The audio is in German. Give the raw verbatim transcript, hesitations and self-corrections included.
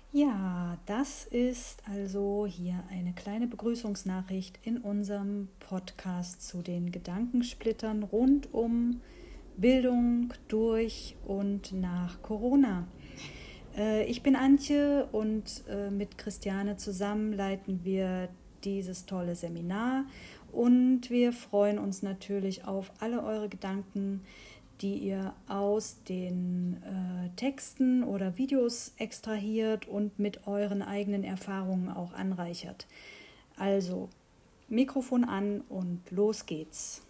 Ja, das ist also hier eine kleine Begrüßungsnachricht in unserem Podcast zu den Gedankensplittern rund um Bildung durch und nach Corona. Äh, ich bin Antje und äh, mit Christiane zusammen leiten wir dieses tolle Seminar und wir freuen uns natürlich auf alle eure Gedanken, die ihr aus den äh, Texten oder Videos extrahiert und mit euren eigenen Erfahrungen auch anreichert. Also Mikrofon an und los geht's.